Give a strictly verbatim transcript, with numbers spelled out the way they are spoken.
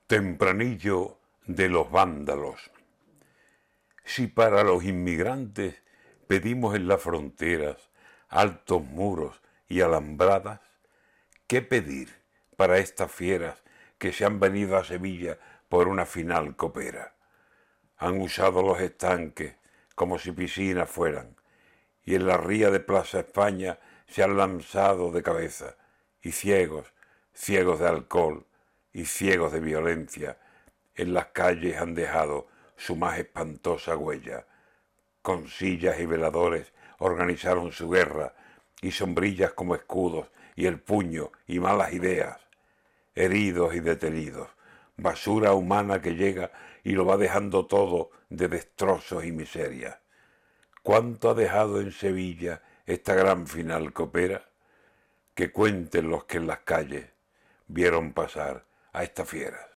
Tempranillo de los vándalos. Si para los inmigrantes pedimos en las fronteras altos muros y alambradas, ¿qué pedir para estas fieras que se han venido a Sevilla por una final copera? Han usado los estanques como si piscinas fueran, y en la ría de Plaza España se han lanzado de cabeza, y ciegos, ciegos de alcohol y ciegos de violencia, en las calles han dejado su más espantosa huella. Con sillas y veladores organizaron su guerra, y sombrillas como escudos, y el puño y malas ideas. Heridos y detenidos, basura humana que llega y lo va dejando todo de destrozos y miserias. ¿Cuánto ha dejado en Sevilla esta gran final copera? Que cuenten los que en las calles vieron pasar a esta fiera.